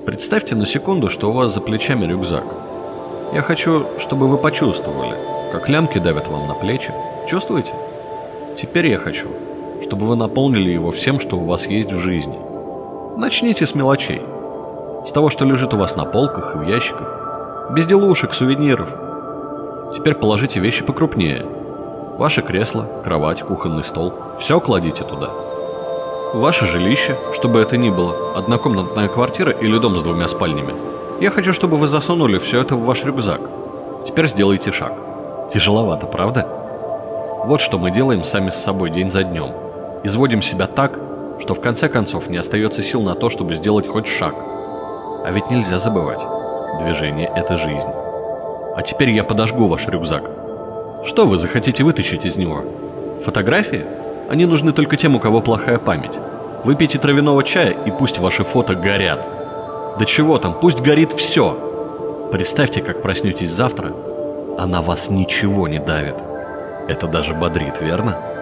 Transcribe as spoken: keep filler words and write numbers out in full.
Представьте на секунду, что у вас за плечами рюкзак. Я хочу, чтобы вы почувствовали, как лямки давят вам на плечи. Чувствуете? Теперь я хочу, чтобы вы наполнили его всем, что у вас есть в жизни. Начните с мелочей. С того, что лежит у вас на полках и в ящиках. Безделушек, сувениров. Теперь положите вещи покрупнее. Ваше кресло, кровать, кухонный стол. Все кладите туда. Ваше жилище, чтобы это ни было, однокомнатная квартира или дом с двумя спальнями. Я хочу, чтобы вы засунули все это в ваш рюкзак. Теперь сделайте шаг. Тяжеловато, правда? Вот что мы делаем сами с собой день за днем. Изводим себя так, что в конце концов не остается сил на то, чтобы сделать хоть шаг. А ведь нельзя забывать. Движение – это жизнь. А теперь я подожгу ваш рюкзак. Что вы захотите вытащить из него? Фотографии? Они нужны только тем, у кого плохая память. Выпейте травяного чая, и пусть ваши фото горят. Да чего там, пусть горит все. Представьте, как проснетесь завтра, а на вас ничего не давит. Это даже бодрит, верно?